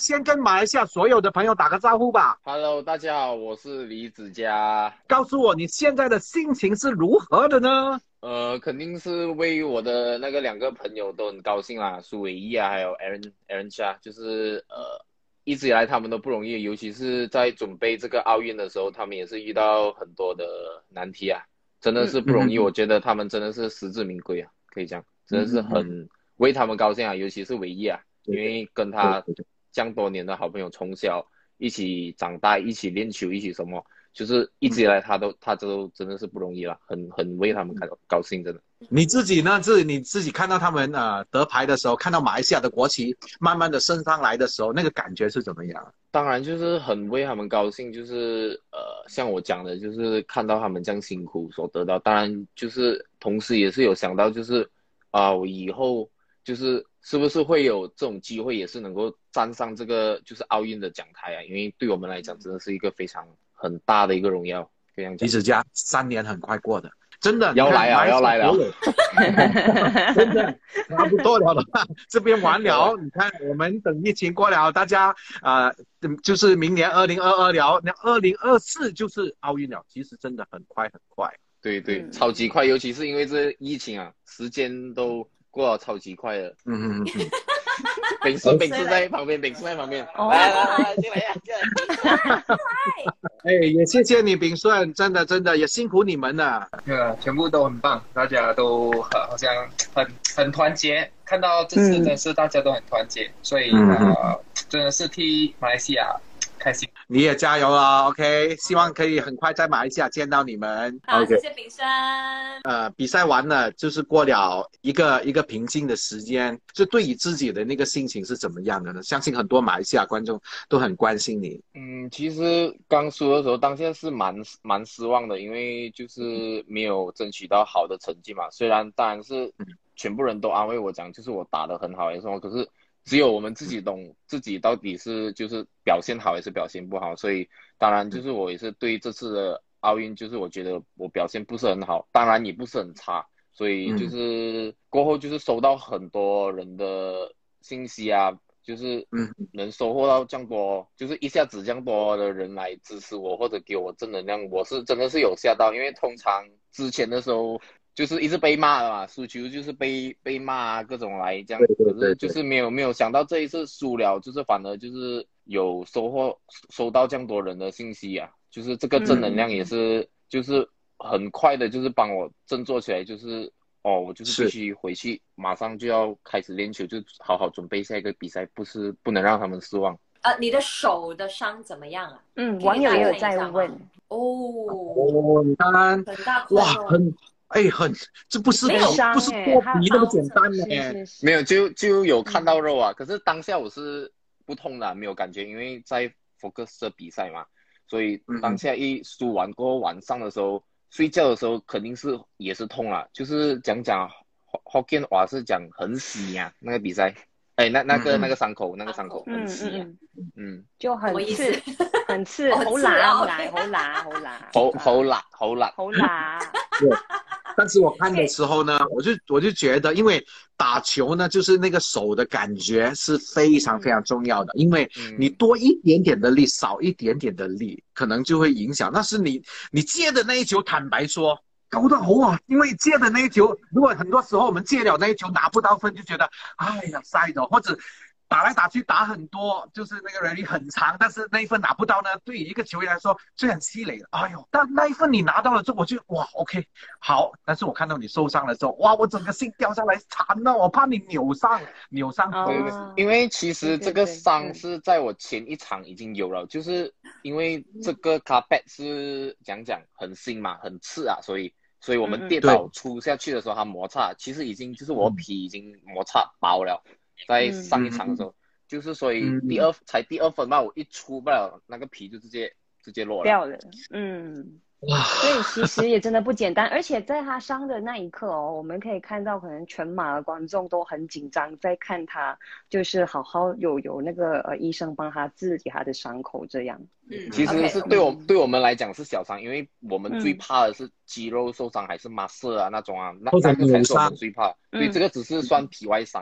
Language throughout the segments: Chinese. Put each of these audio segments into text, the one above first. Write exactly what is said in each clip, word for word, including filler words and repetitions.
先跟马来西亚所有的朋友打个招呼吧。 Hello，大家好，我是李子嘉。 告诉我你现在的心情是如何的呢？ 呃，肯定是为我的那个两个朋友都很高兴啦，苏伟毅啊，还有 Aaron Aaron Chia，就是呃，一直以来他们都不容易，尤其是在准备这个奥运的时候，他们也是遇到很多的难题啊，真的是不容易。 嗯、 我觉得他们真的是实至名归啊，可以讲，真的是很为他们高兴啊，尤其是伟毅啊，因为跟他这样多年的好朋友，从小一起长大，一起练球，一起什么。就是一直以来他都、嗯、他都真的是不容易了，很很为他们高高兴，真的。 你自己呢？自你自己看到他们呃得牌的时候，看到马来西亚的国旗慢慢的升上来的时候，那个感觉是怎么样？ 当然就是很为他们高兴，就是呃像我讲的，就是看到他们这样辛苦所得到，当然就是同时也是有想到就是啊、呃、我以后就是是不是会有这种机会，也是能够站上这个就是奥运的讲台啊？因为对我们来讲，真的是一个非常很大的一个荣耀，这样讲。 李子嘉，三年很快过的，真的。 要来啊，要来了， 真的差不多了了，这边完了。你看，我们等疫情过了，大家啊、呃，就是明年二零二二了，那二零二四就是奥运了。其实真的很快很快， 对对，嗯、超级快，尤其是因为这疫情啊，时间都过得超级快了。 嗯嗯嗯。 丙叔，丙叔在旁边，丙叔在旁边，哦、来来来，进来呀，进来。 哎，也谢谢你，炳顺，真的真的也辛苦你们了。 呃，全部都很棒，大家都好像很很团结，看到这次真的是大家都很团结，嗯、所以呃，真的是替马来西亚开心。 你也加油啊 ，OK， 希望可以很快在马来西亚见到你们。 好， okay. 谢谢炳顺。 呃，比赛完了，就是过了一个一个平静的时间，就对于自己的那个心情是怎么样的呢？相信很多马来西亚观众都很关心你。 嗯，其实刚输的时候，当下是蛮蛮失望的，因为就是没有争取到好的成绩嘛。虽然当然是全部人都安慰我讲，就是我打得很好，还是什么，可是只有我们自己懂自己到底是就是表现好还是表现不好。所以当然就是我也是对这次的奥运，就是我觉得我表现不是很好，当然也不是很差，所以就是过后就是收到很多人的信息啊，就是能收获到这样多，就是一下子这样多的人来支持我或者给我正能量，我是真的是有吓到。因为通常之前的时候就是一直被骂的嘛，输球就是被被骂啊，各种来这样，可是就是没有没有想到这一次输了，就是反而就是有收获收到这样多人的信息啊，就是这个正能量也是、嗯、就是很快的，就是帮我振作起来，就是哦，我就是必须回去，马上就要开始练球，就好好准备下一个比赛，不是不能让他们失望。 呃，你的手的伤怎么样啊？ 嗯，网友也有在问。 哦哦，你看， 很大块、哦、 哇，很。哎，很，这不是不是脱皮那么简单呢。 没有，就就有看到肉啊。可是当下我是不痛的，没有感觉，因为在 focus 的比赛嘛，所以当下一输完过后，晚上的时候睡觉的时候肯定是也是痛啦。就是讲讲 Hokkien 话是讲很死呀、啊，那个比赛，哎，那那个、嗯、那个伤口，那个伤口很死呀、啊，嗯，嗯就很刺，很刺，好辣，好辣，好辣，好辣， 好好辣，好辣， 好辣。 但是我看的时候呢，我就我就觉得，因为打球呢，就是那个手的感觉是非常非常重要的，因为你多一点点的力，少一点点的力，可能就会影响。但是你你接的那一球，坦白说，高得好啊，因为接的那一球，如果很多时候我们接了那一球拿不到分，就觉得哎呀塞的，或者打来打去打很多，就是那个 rally 很长，但是那一分拿不到呢，对于一个球员来说虽然积累了，哎呦，但那一分你拿到了之后，我就哇 OK 好，但是我看到你受伤了之后，哇，我整个心掉下来，惨了，我怕你扭伤扭伤头、 哦、因为其实这个伤是在我前一场已经有了，就是因为这个 carpet 是讲讲很新嘛，很刺啊，所以所以我们跌倒出下去的时候它摩擦，其实已经就是我皮已经摩擦爆了。在上一场的时候，嗯、就是所以第二、嗯、才第二分吧，我一出不了那个皮就直接直接落了掉了，嗯，所以其实也真的不简单。而且在他伤的那一刻哦，我们可以看到可能全马的观众都很紧张，在看他就是好好有有那个呃医生帮他治理他的伤口这样。 嗯，其实是对我、嗯、对我们来讲是小伤，因为我们最怕的是肌肉受伤还是 muscle 啊那种啊，那那个才是我们最怕，所以这个只是算皮外伤啊。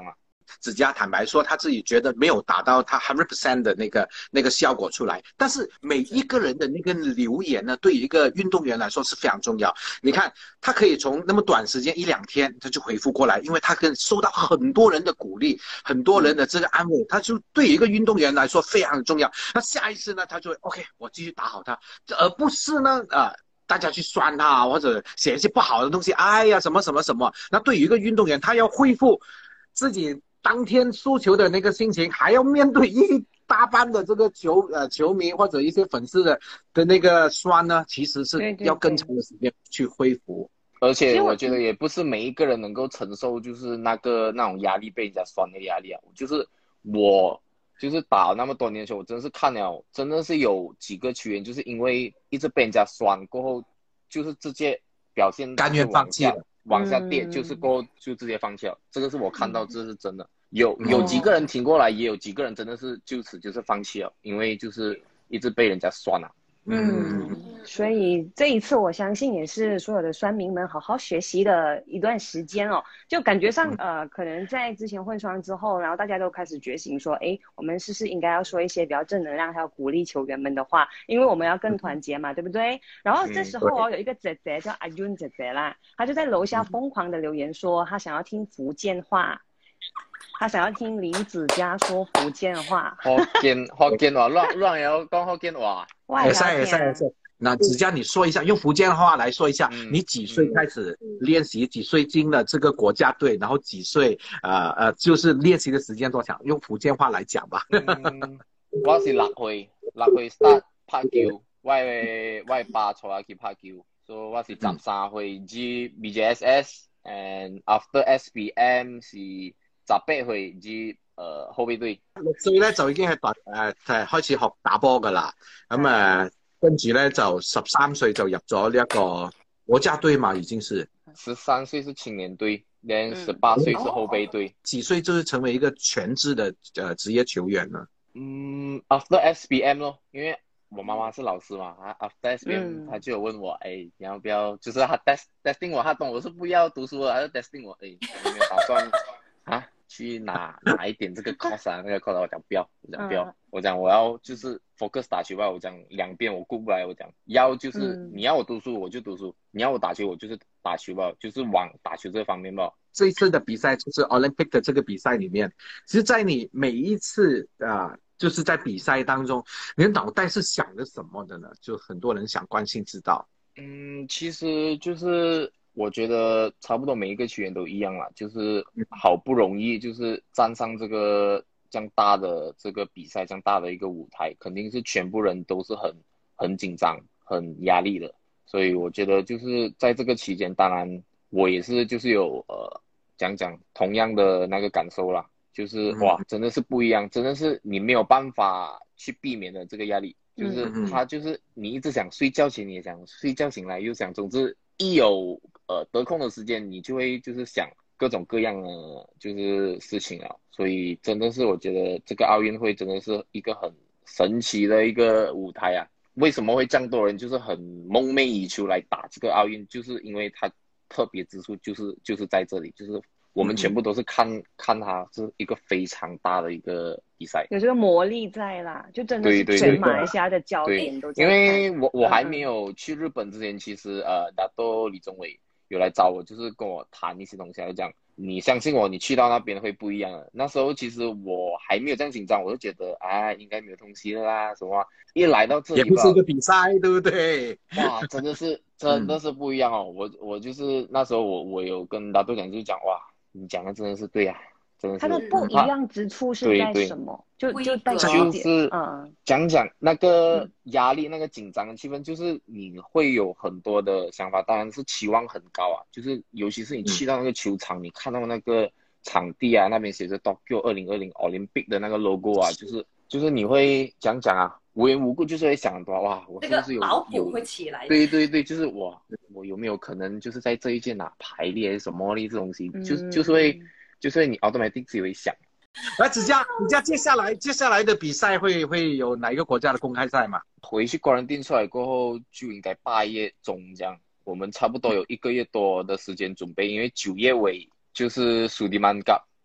子佳坦白说，他自己觉得没有达到他百分之百的那个那个效果出来。但是每一个人的那个留言呢，对于一个运动员来说是非常重要。你看，他可以从那么短时间一两天他就回复过来，因为他可以收到很多人的鼓励，很多人的这个安慰，他就对于一个运动员来说非常重要。那下一次呢，他就会 OK， 我继续打好他，而不是呢啊。呃大家去酸他，或者写一些不好的东西，哎呀，什么什么什么。那对于一个运动员，他要恢复自己当天输球的那个心情，还要面对一大班的这个球呃球迷或者一些粉丝的的那个酸呢，其实是要更长的时间去恢复。 而且我觉得也不是每一个人能够承受，就是那个那种压力，被人家酸的压力啊。就是我。就是打了那么多年球，我真的是看了，真的是有几个球员，就是因为一直被人家酸过后，就是直接表现甘愿放弃了， 往下跌，嗯、就是过后就直接放弃了。这个是我看到，这是真的。有有几个人挺过来，也有几个人真的是就此就是放弃了，因为就是一直被人家酸了。 嗯，所以这一次我相信也是所有的酸民们好好学习的一段时间哦，就感觉上呃，可能在之前混双之后，然后大家都开始觉醒说，哎，我们是不是应该要说一些比较正能量还有鼓励球员们的话，因为我们要更团结嘛，对不对？然后这时候哦，有一个姐姐叫阿 Yun 姐姐啦，她就在楼下疯狂的留言说，她想要听福建话。他想要听林子嘉说福建话， 福建福建话，乱乱有讲福建话。 也是也是也是。那子佳，你说一下，用福建话来说一下，嗯、你几岁开始练习？嗯、几岁进了这个国家队？然后几岁？呃呃，就是练习的时间多长？用福建话来讲吧。 嗯、我是六歲，六歲 start 拍球，我我爸帶我去拍球，所以我是十三歲至 B J S S，and after S P M 是。十八歲至誒後備隊， 六歲咧就已經係打誒誒開始學打波㗎啦。咁誒跟住咧就十三歲就入咗呢一個國家隊嘛，已經是。 十三歲是青年隊，連十八歲是後備隊。 嗯、幾歲就是成為一個全職的誒職業球員呢？ 嗯 ，after S P M 咯，因為我媽媽是老師嘛，啊 after S P M，她、嗯、就有問我，誒，你要不要？就是她 test testing 我，她懂我是不要讀書了，還是 testing 我，誒，有沒有打算啊？去拿拿一點這個 course 啊，那個 course 我講不要，我講不要，嗯、我講我要就是 focus 打球吧，我講兩邊我顧不來，我講要就是、嗯、你要我讀書我就讀書，你要我打球我就是打球吧，就是往打球這方面吧。 這一次的比賽就是 Olympic 的這個比賽裡面，其實在你每一次啊、呃，就是在比賽當中，你的腦袋是想着什麼的呢？就很多人想關心知道。 嗯，其實就是。我覺得差不多每一個球員都一樣啦，就是好不容易就是站上這個這樣大的這個比賽，這樣大的一個舞台，肯定是全部人都是很很緊張、很壓力的。所以我覺得就是在這個期間，當然我也是就是有呃講講同樣的那個感受啦，就是哇，真的是不一樣，真的是你沒有辦法去避免的這個壓力，就是他就是你一直想睡覺前，你也想睡覺醒來又想，總之一有呃，得空的時間，你就會就是想各種各樣的就是事情啊，所以真的是我覺得這個奧運會真的是一個很神奇的一個舞台啊！為什麼會這麼多人就是很夢寐以求來打這個奧運？就是因為它特別之處就是就是在這裡，就是我們全部都是看、嗯、看它是一個非常大的一個比賽， 有這個魔力在啦，就真的是全馬來西亞的焦點都在。 因為我我還沒有去日本之前，其實呃，拿督李宗偉有來找我，就是跟我談一些東西，就講你相信我，你去到那邊會不一樣的。那時候其實我還沒有這樣緊張，我就覺得哎，應該沒有東西的啦，什麼一來到這裡， 也不是一個比賽，對不對？ 哇，真的是真的是不一樣哦！嗯、我我就是那時候我我有跟拿督講，就講哇，你講的真的是對啊。 它的不一樣之處是在什麼？就就帶就是嗯，講講那個壓力、那個緊張的氣氛，就是你會有很多的想法，當然是期望很高啊。就是尤其是你去到那個球場，嗯、你看到那個場地啊，那邊寫着 Tokyo 二零二零 Olympic 的那個 logo 啊，就是就是你會講講啊，無緣無故就是會想到哇，我是不是有、 那個、有會起來？ 對對對，就是我我有沒有可能就是在這一屆拿排列什麼的這東西，嗯、就就是會。就是你 automatic 自己會想， 來子佳，子佳接下來接下來的比賽會會有哪一個國家的公開賽嘛？ 回去quarantine出來過後就應該八月中這樣，我們差不多有一個月多的時間準備，因為九月尾就是蘇迪曼 Cup，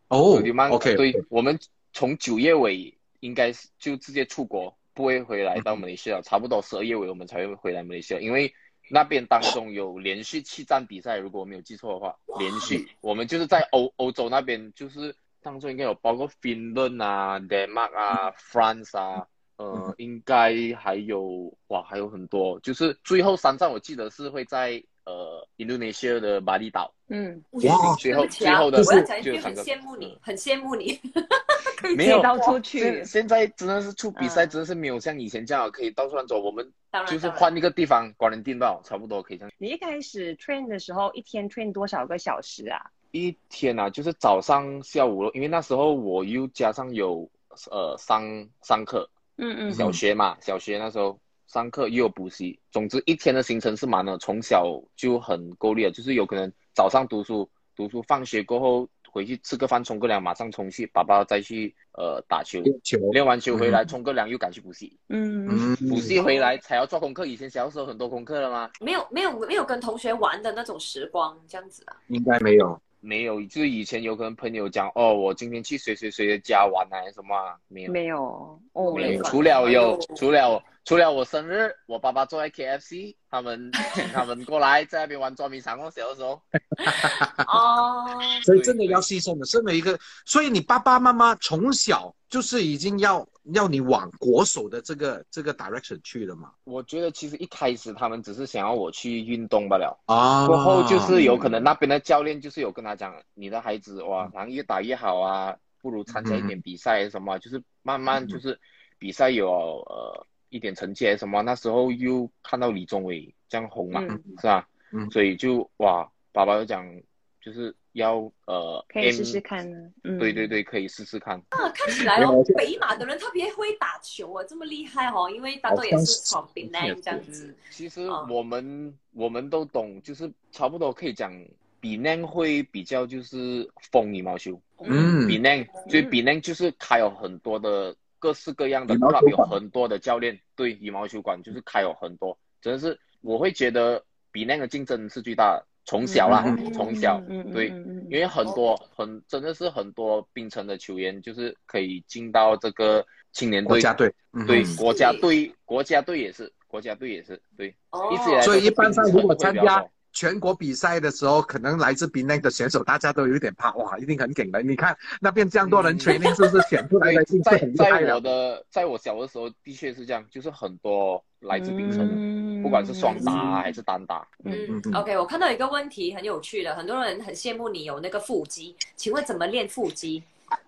哦 ，OK， 对，我们从九月尾应该是就直接出国，不会回来到马来西亚，差不多十二月尾我们才会回来马来西亚，因为那边当中有连续七站比赛，如果我没有记错的话，连续我们就是在欧欧洲那边，就是当中应该有包括芬兰啊、Denmark 啊、France 啊。呃，应该还有哇，还有很多，就是最后三站我记得是会在呃印度尼西亚的巴厘岛。 嗯， 哇， 最后最后的我要讲一句，很就三个。 羡慕你，很羡慕你，可以没有到处去。 现现在真的是出比赛，真的是没有像以前这样可以到处乱走。我们就是换一个地方，关人定到差不多可以这样。 你一开始 train 的时候，一天 train 多少个小时啊？ 一天啊，就是早上下午，因为那时候我又加上有呃上上课。 嗯嗯， 小学嘛，小学那时候上课又有补习，总之一天的行程是满了，从小就很够力了，就是有可能早上读书，读书放学过后回去吃个饭，冲个凉，马上冲去爸爸再去呃打球，练完球回来冲个凉又赶去补习， 嗯， 补习回来才要做功课，以前小时候很多功课了吗？ 没有没有没有跟同学玩的那种时光这样子啊？ 应该没有。 没有，就是以前有可能朋友讲哦，我今天去谁谁谁的家玩啊，什么、啊、没有？ 没有哦， 没有。除了有，除了除了我生日，我爸爸坐在 K F C， 他们请他们过来在那边玩捉迷藏。我小的时候。 哦， 所以真的要牺牲的，身为一个，所以你爸爸妈妈从小就是已经要要你往国手的这个这个 direction 去了嘛？ 我觉得其实一开始他们只是想要我去运动罢了啊， 过后就是有可能那边的教练就是有跟他讲，你的孩子哇，好像越打越好啊，不如参加一点比赛什么，嗯、就是慢慢就是比赛有呃一点成绩什么，那时候又看到李宗伟这样红嘛，嗯、是吧？嗯，所以就哇，爸爸就讲就是要呃可以试试看呢， 嗯，对对对，可以试试看。 啊，看起来哦，北马的人特别会打球啊，这么厉害哦，因为大多也是从槟榔这样子。 其实我们、嗯、我们都懂，就是差不多可以讲，槟榔会比较就是疯羽毛球，嗯，槟榔所以槟榔就是开有很多的各式各样的 club， 有很多的教练，对，羽毛球馆就是开有很多，真的是我会觉得槟榔的竞争是最大的。从小啦，嗯、从小、嗯、对、嗯，因为很多很真的是很多槟城的球员就是可以进到这个青年队、 国家队， 对、嗯、国家队、国家队也是，国家队也是对，哦、一直以来所以一般上如果参加全国比赛的时候，可能来自槟榔的选手大家都有点怕，哇，一定很劲的。你看那边这样多人 training， 是不是选出来的是很厉害的？ 在我的在我小的时候，的确是这样，就是很多来自槟城的。嗯不管是双打、啊、还是单打， 嗯 ，OK， 我看到一个问题很有趣的，很多人很羡慕你有那个腹肌，请问怎么练腹肌？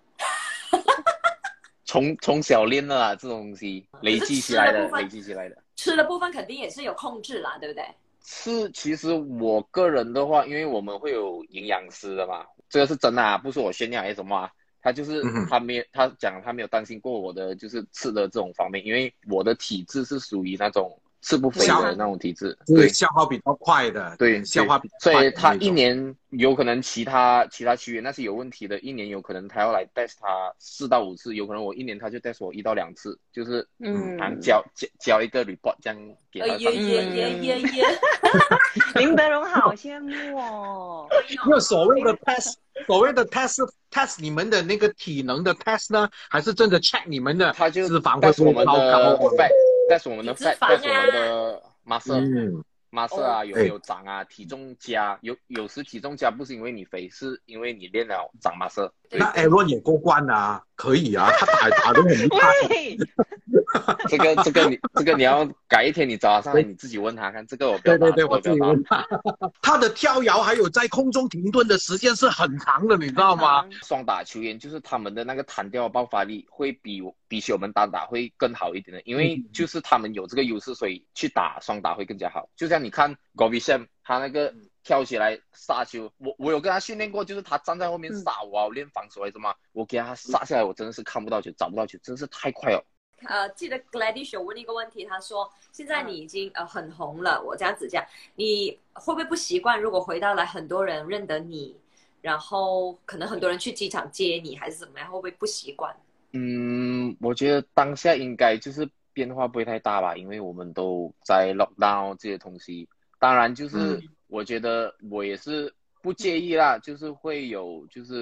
从从小练的啦，这种东西累积起来的，累积起来的。 吃的部分肯定也是有控制啦，对不对？ 是，其实我个人的话，因为我们会有营养师的嘛，这个是真的啊，不是我炫耀还是什么啊。他就是他没有，他讲他没有担心过我的就是吃的这种方面，因为我的体质是属于那种。吃不肥的那种体质， 对，消耗比较快的， 对， 消化比较快， 所以他一年有可能其他其他球员那些有问题的，一年有可能他要来 test 他四到五次，有可能我一年他就 test 我一到两次，就是嗯，交交交一个 report 这样给他上。 耶耶耶耶耶！ 林德荣好羡慕哦。 因为所谓的 test， 所谓的 test test 你们的那个体能的 test 呢，还是真的 check 你们的脂肪会不会超高？ 但是我们的 fat， 但是我们的 muscle， muscle 啊有没有长啊？体重加有有时体重加不是因为你肥，是因为你练了长 muscle。 那 Aaron 也过关啊，可以啊，他打打得很厉害。 这个这个你这个你要改一天你找他上来你自己问他看，这个我不要答。 对对对，我自己问他。他的跳摇还有在空中停顿的时间是很长的，你知道吗？ 双打球员就是他们的那个弹跳爆发力会比比起我们单打会更好一点的，因为就是他们有这个优势，所以去打双打会更加好。就像你看 Gobi Sam 他那个跳起来杀球，我我有跟他训练过，就是他站在后面杀我啊，我练防守还是什么，我给他杀下来，我真的是看不到球，找不到球，真的是太快了。 呃，记得 Gladys 有问一个问题，他说现在你已经呃很红了，我这样子讲，你会不会不习惯？如果回到来很多人认得你，然后可能很多人去机场接你，还是怎么样，会不会不习惯？ 嗯，我觉得当下应该就是变化不会太大吧，因为我们都在 lockdown 这些东西。当然，就是我觉得我也是不介意啦，就是会有就是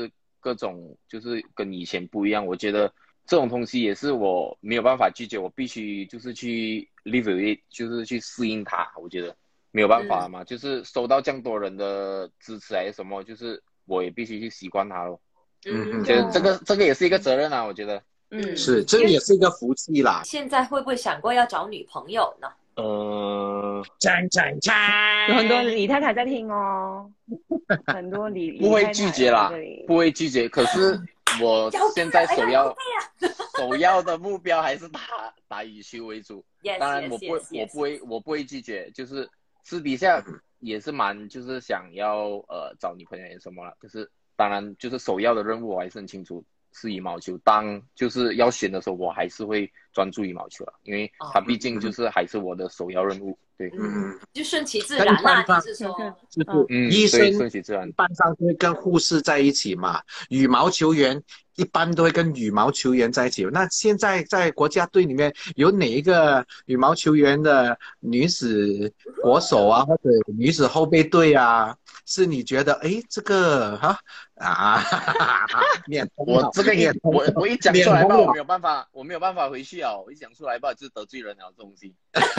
各种就是跟以前不一样，我觉得这种东西也是我没有办法拒绝，我必须就是去 live with it， 就是去适应它。我觉得没有办法嘛，嗯、就是收到这样多人的支持还是什么，就是我也必须去习惯它咯。 嗯， 觉得这个这个也是一个责任啊，我觉得。 嗯，是，这也是一个福气啦。 现在会不会想过要找女朋友呢？ 呃， 锵锵锵， 有很多李太太在听哦，很多李不会拒绝啦，不会拒绝。可是我现在首要首要的目标还是打打羽球为主。 Yes, 当然我不 yes, yes, 我不会我不会拒绝，就是私底下也是蛮就是想要呃找女朋友什么了。可是当然就是首要的任务我还是很清楚。是羽毛球，当就是要选的时候，我还是会专注羽毛球了，因为它毕竟就是还是我的首要任务。对， 嗯，就顺其自然啦。你是说， 就是嗯， 医生顺其自然， 一般上都会跟护士在一起嘛，羽毛球员一般都会跟羽毛球员在一起。那现在在国家队里面有哪一个羽毛球员的女子国手啊，或者女子后备队啊，是你觉得哎这个哈啊？ 我这个一我我一讲出来吧，我没有办法，我没有办法回去啊！我一讲出来吧，就是得罪人了这东西。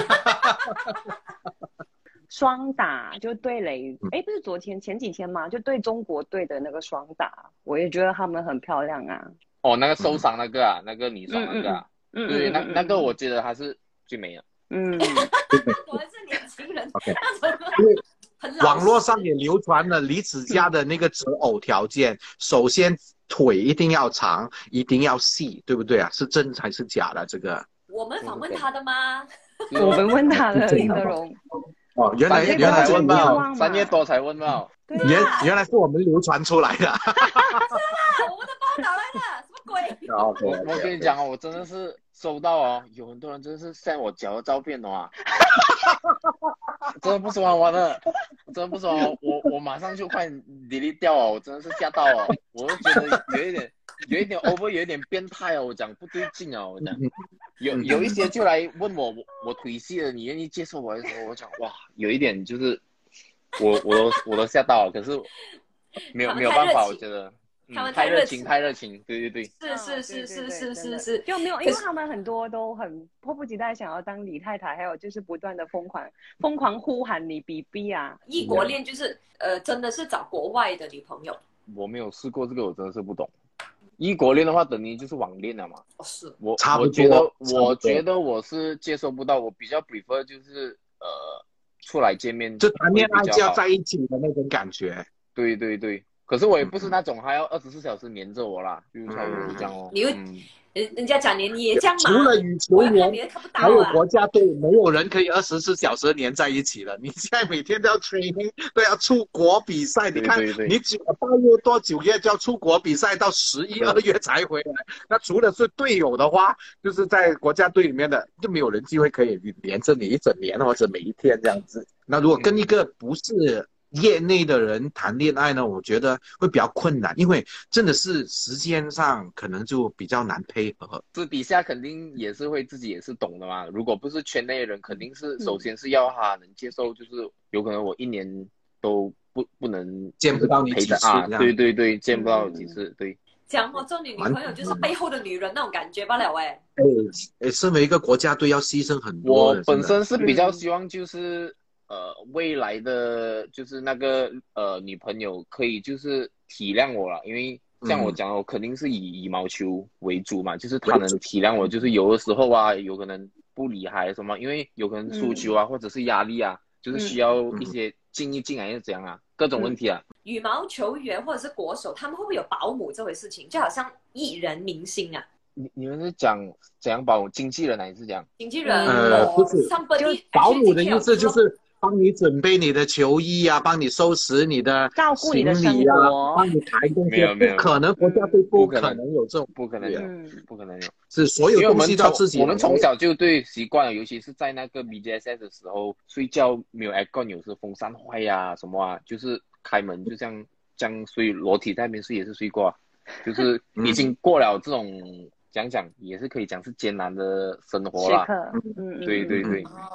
双打就对垒，哎，不是昨天前几天嘛，就对中国队的那个双打，我也觉得他们很漂亮啊。 哦，那个受伤那个啊，嗯、那个女双那个啊， 嗯对， 嗯那那个我觉得还是最美的。 嗯， 果然是年轻人。 OK， 因为网络上也流传了李子嘉的那个择偶条件，嗯、首先腿一定要长，一定要细，对不对啊？是真还是假的？这个我们访问他的吗？ 我们问他的林德荣。 哦，原来原来问到三月多才问到， 原原来是我们流传出来的。 是啊，我们的报道来的，什么鬼？ 我我跟你讲哦，我真的是收到哦，有很多人真的是 send 我脚的照片的啊，真的不是玩玩的，真的不是玩玩，我我马上就快 delete 掉哦，我真的是吓到哦，我就觉得有一点有一点 over， 有一点变态哦，我讲不对劲啊，我讲有有一些就来问我我我腿细了，你愿意接受我的时候，我讲哇，有一点就是我我都我都吓到了，可是没有没有办法，我觉得。 他们太热情，太热情，对对对， 是是是是是是是， 就没有，因为他们很多都很迫不及待想要当李太太，还有就是不断的疯狂疯狂呼喊你 B B 啊， 异国恋就是呃，真的是找国外的女朋友。 我没有试过这个，我真的是不懂。异国恋的话，等于就是网恋了嘛。 哦，是我差不多， 我觉得我觉得我是接受不到，我比较 prefer 就是呃出来见面， 就谈恋爱就要在一起的那种感觉。 对对对。可是我也不是那种还要二十四小时黏着我啦，就是差不多是这样哦。 你又人人家讲黏你也这样嘛？ 除了羽球员，还有国家队，没有人可以二十四小时黏在一起了。你现在每天都要 training， 都要出国比赛。你看，你九八月多九月就要出国比赛，到十一二月才回来。那除了是队友的话，就是在国家队里面的，就没有人机会可以连着你一整年或者每一天这样子。那如果跟一个不是业内的人谈恋爱呢，我觉得会比较困难，因为真的是时间上可能就比较难配合。 私底下肯定也是会自己也是懂的嘛，如果不是圈内人，肯定是首先是要他能接受，就是有可能我一年都不不能见不到你几次啊，对对对，见不到几次，对。 讲我做你女朋友就是背后的女人那种感觉罢了哎。 哎，身为一个国家队要牺牲很多。 我本身是比较希望就是。呃，未来的就是那个呃女朋友可以就是体谅我了，因为像我讲，我肯定是以羽毛球为主嘛，就是她能体谅我，就是有的时候啊，有可能不理还是什么，因为有可能输球啊，或者是压力啊，就是需要一些静一静还是怎样啊，各种问题啊。 羽毛球员或者是国手，他们会不会有保姆这回事情？就好像艺人明星啊。 你你们是讲怎样保姆？经纪人还是讲？ 经纪人呃，不是，保姆的意思就是。帮你准备你的球衣啊，帮你收拾你的行李啊，帮你抬东西。不可能，国家队不可能有这种， 不可能有，不可能有。 是所有东西都自己。 我们从小就对习惯了，尤其是在那个 B J S S 的时候，睡觉没有 aircon， 有时风扇坏呀、啊、什么啊，就是开门就这样这样睡，裸体在那边睡也是睡过、啊，就是已经过了这种讲讲也是可以讲是艰难的生活啦。 嗯， 对对对。 哦，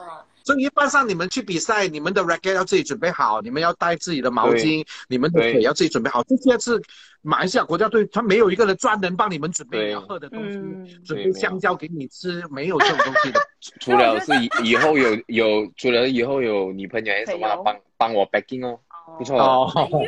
所以一般上你们去比赛，你们的 racket 要自己准备好，你们要带自己的毛巾，你们的水要自己准备好。这些是马来西亚国家队，他没有一个人专门帮你们准备你要喝的东西， 嗯、 准备香蕉给你吃，没有这种东西的。 除了是以以后有有，除了以后有女朋友还是什么帮帮我 backing 哦，不错哦。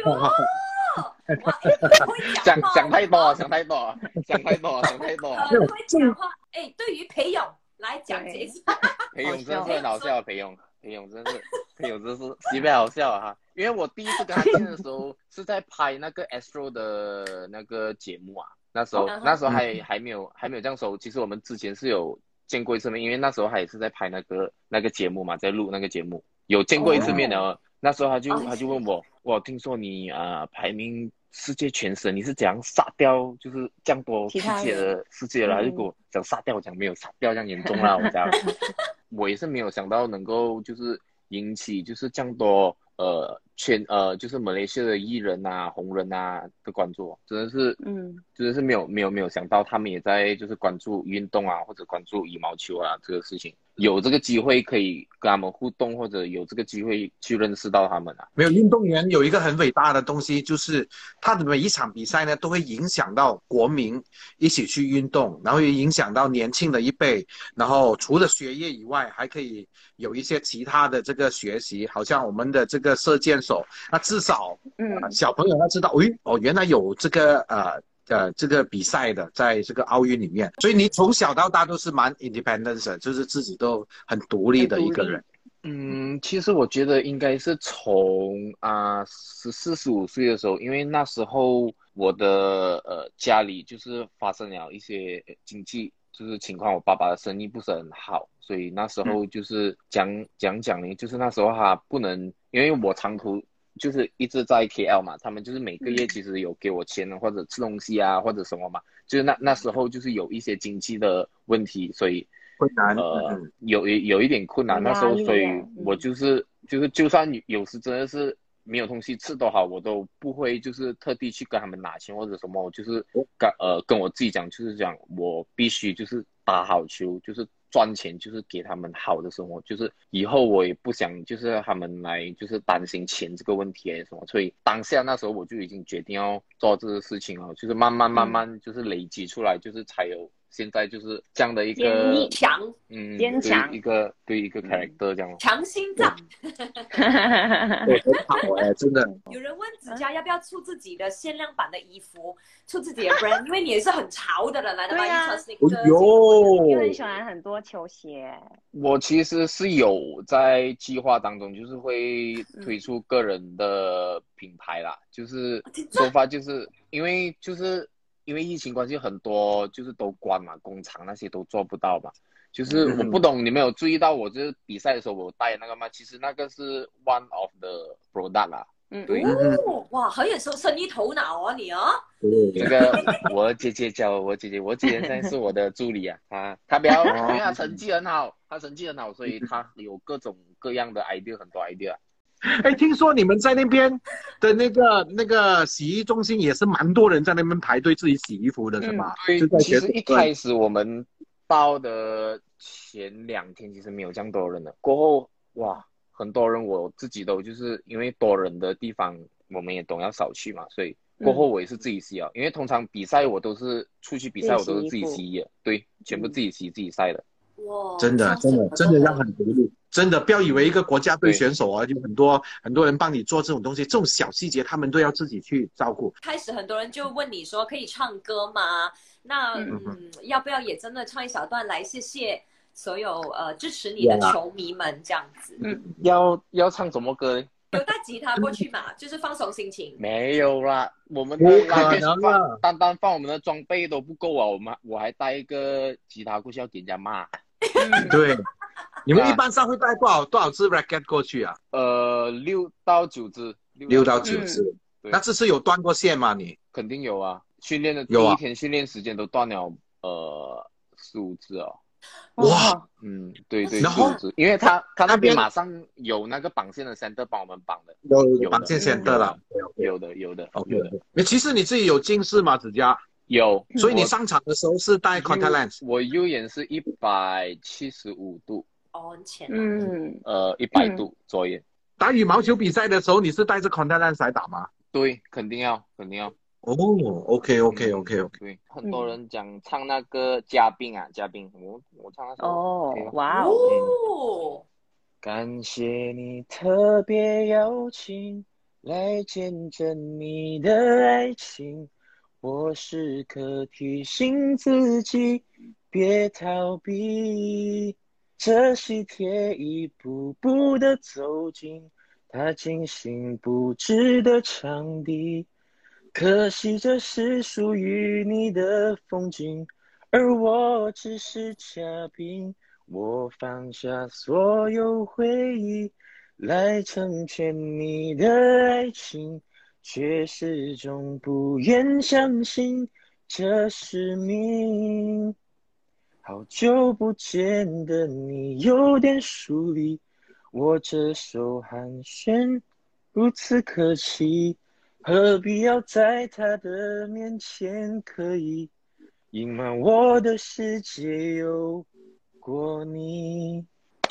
想想太多，想太多，想太多，想太多。 很会讲话，哎，对于裴勇来讲解一下。 裴勇真的是很好笑，裴勇，裴勇真是，裴勇真是特别好笑啊！哈，因为我第一次跟他见的时候是在拍那个 Astro 的那个节目啊，那时候那时候还还没有还没有这样熟。其实我们之前是有见过一次面，因为那时候他也是在拍那个那个节目嘛，在录那个节目，有见过一次面的。哦、那时候他就他就问我，我听说你啊、呃、排名世界全神，你是怎样杀掉就是这样多世界的世界了？他就跟我讲杀掉，我讲没有杀掉这样严重啦，我讲我也是没有想到能够就是引起就是这样多呃全呃就是马来西亚的艺人啊红人啊的关注，真的是嗯真的是没有没有没有想到他们也在就是关注运动啊或者关注羽毛球啊这个事情。有这个机会可以跟他们互动，或者有这个机会去认识到他们啊。 没有，运动员有一个很伟大的东西，就是他的每一场比赛呢，都会影响到国民一起去运动，然后也影响到年轻的一辈。然后除了学业以外，还可以有一些其他的这个学习，好像我们的这个射箭手，那至少嗯、呃，小朋友他知道，诶，哦，原来有这个呃。呃，这个比赛的，在这个奥运里面，所以你从小到大都是蛮 independent 的，就是自己都很独立的一个人。 嗯，其实我觉得应该是从啊十四十五岁的时候，因为那时候我的呃家里就是发生了一些经济就是情况，我爸爸的生意不是很好，所以那时候就是讲讲讲呢，就是那时候他不能，因为我长途。就是一直在 K L 嘛，他们就是每个月其实有给我钱或者吃东西啊，或者什么嘛，就是那那时候就是有一些经济的问题，所以困难呃、 嗯、 有有一点困难那时候，所以我就是就是就算有时真的是没有东西吃都好，我都不会就是特地去跟他们拿钱或者什么，我就是跟呃跟我自己讲，就是讲我必须就是打好球，就是赚钱，就是给他们好的生活，就是以后我也不想就是他们来就是担心钱这个问题还是什么，所以当下那时候我就已经决定要做这个事情了，就是慢慢慢慢就是累积出来，就是才有现在就是这样的一个强， 嗯， 坚强一个对一个 character 这样， 强心脏， 对，很好哎，真的。 有人问子佳要不要出自己的限量版的衣服，出自己的 brand， 因为你也是很潮的人来的吧？ 有， 又很喜欢很多球鞋。 我其实是有在计划当中，就是会推出个人的品牌啦，就是说法就是因为就是。因为疫情关系，很多就是都关嘛，工厂那些都做不到嘛。就是我不懂，你们有注意到我就是比赛的时候我带那个吗？其实那个是 one of the product 啦。 嗯，对。哦，哇，很有生意头脑啊你啊！ 这个我姐姐教我姐姐，我姐姐现在是我的助理啊，她她比较，因为她成绩很好，她成绩很好，所以她有各种各样的 idea， 很多 idea。 哎，听说你们在那边的那个那个洗衣中心也是蛮多人在那边排队自己洗衣服的，是吗？ 对、嗯，其实一开始我们到的前两天其实没有这样多人的，过后哇，很多人我自己都就是因为多人的地方我们也懂要少去嘛，所以过后我也是自己洗啊、嗯，因为通常比赛我都是出去比赛我都是自己洗的，对，全部自己洗、嗯、自己晒的。 哇， 真的真的真的要很独立，真的不要以为一个国家队选手啊，就很多很多人帮你做这种东西，这种小细节他们都要自己去照顾。 开始很多人就问你说可以唱歌吗？那嗯，要不要也真的唱一小段来谢谢所有呃支持你的球迷们这样子？ 嗯，要要唱什么歌呢？ 有带吉他过去嘛，就是放松心情。 没有啦，我们的放单单放我们的装备都不够啊，我们我还带一个吉他过去要给人家骂。 对，你们一般上会带多少多少支 racket 过去啊？ 呃，六到九支， 六到九支。嗯、那这次有断过线吗？你肯定有啊，训练的第一天训练时间都断了，呃，四五支哦。 哇， 嗯，对对，然后因为他他那边马上有那个绑线的 center 帮我们绑的， 有绑线 center 了， 有的有的有的。 其实你自己有近视吗，子佳？ 有， 所以你上场的时候是戴 contact lens。 我右眼是一百七十五度， 哦，很浅。 嗯， 呃，一百度左右。 打羽毛球比赛的时候，你是带着 contact lens 来打吗？ 对，肯定要，肯定要。 哦 ，OK OK OK OK。 对，很多人讲唱那个嘉宾啊，嘉宾，我我唱那首。 哦， okay、 哇哦。 哦感谢你特别邀请来见证你的爱情，我时刻提醒自己别逃避，这喜帖一步步的走进他精心布置的场地，可惜这是属于你的风景，而我只是嘉宾。我放下所有回忆来成全你的爱情，却始终不愿相信这是命。好久不见的你有点疏离，我这手寒暄如此客气，何必要在他的面前刻意隐瞒我的世界有过你。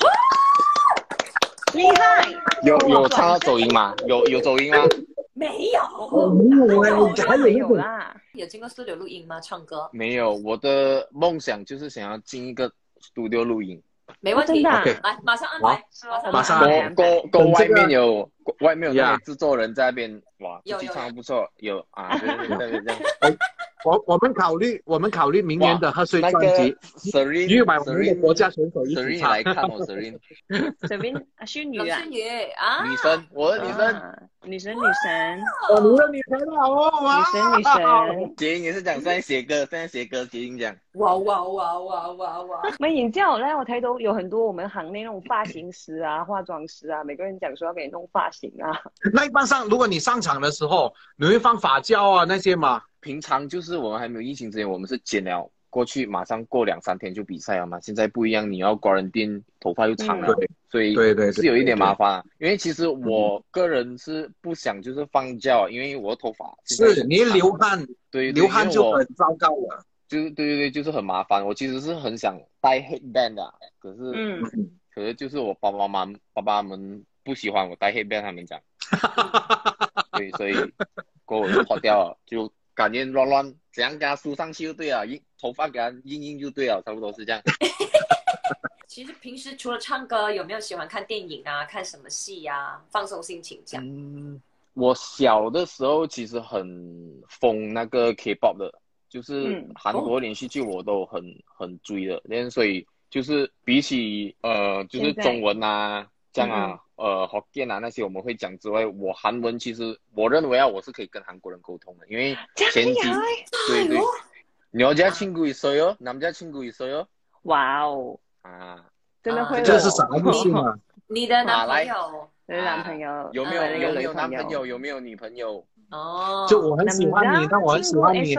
厉害！ 有有唱到走音吗？有有走音吗？ 没有， 没有哎，还没有有啦。 有经过 studio 录音吗？唱歌？ 没有，我的梦想就是想要进一个 studio 录音。 没问题， 真的、啊 OK 来，马上安排， 马上安排勾勾勾外面有外面有那 Yeah 些制作人在那边，哇， 有自己唱得不错，有啊，对对对对对。 我我们考虑，我们考虑明年的贺岁那专辑个，Serene 约买我们的国家选手一起 Serene 唱。 来看我 Serene 这边啊，是女啊龙是，女啊， 女生，我的女生， 啊女神女神哦，你的女神啊，哦，哇， 女神女神。 杰英也是讲现在寫歌，現在寫歌，杰英講。 哇哇哇哇哇哇！ 咪然之後咧，我睇到有很多我們行內那種髮型師啊、化妝師啊，每個人講說要給你弄髮型啊。 那一般上，如果你上場的時候，你會放髮膠啊那些嗎？ 平常就是我們還沒有疫情之前，我們是剪了過去，馬上過兩三天就比賽了嘛。現在不一樣，你要 quarantine，頭髮又長了， 嗯、 所以對對對是有一點麻煩、啊。因為其實我個人是不想就是放膠，因為我的頭髮是你一流汗， 對， 流汗就很糟糕了。 就對對對，就是很麻煩。我其實是很想戴 headband 的、啊，可是嗯， 可是就是我爸爸媽媽爸爸們不喜歡我戴 headband，他們講，對，所以過我就拋掉了，就。感覺亂亂，怎樣給它梳上去就對了，印頭髮給它印印就對了，差不多是這樣。 其實平時除了唱歌，有沒有喜歡看電影啊？看什麼戲呀？放鬆心情這樣。 嗯，我小的時候其實很瘋那個 K-pop 的，就是韓國連續劇我都很很追的，但所以就是比起呃就是中文啊這樣啊。呃，福建啊那些我們會講之外，我韓文其實我認為啊，我是可以跟韓國人溝通的，因為前幾對對，女家친구 있어요，男家친구 있어요。 哇哦， 啊， 真的會。 這是啥意思嘛？ 你的男朋友， 你的男朋友有沒有有沒有男朋友？有沒有女朋友？ 哦， 就我很喜歡你，但我很喜歡你。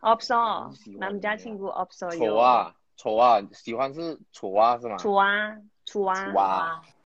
없어，男家친구 없어요。 錯啊錯啊，喜歡是錯啊是嗎？ 錯啊錯啊。 錯啊。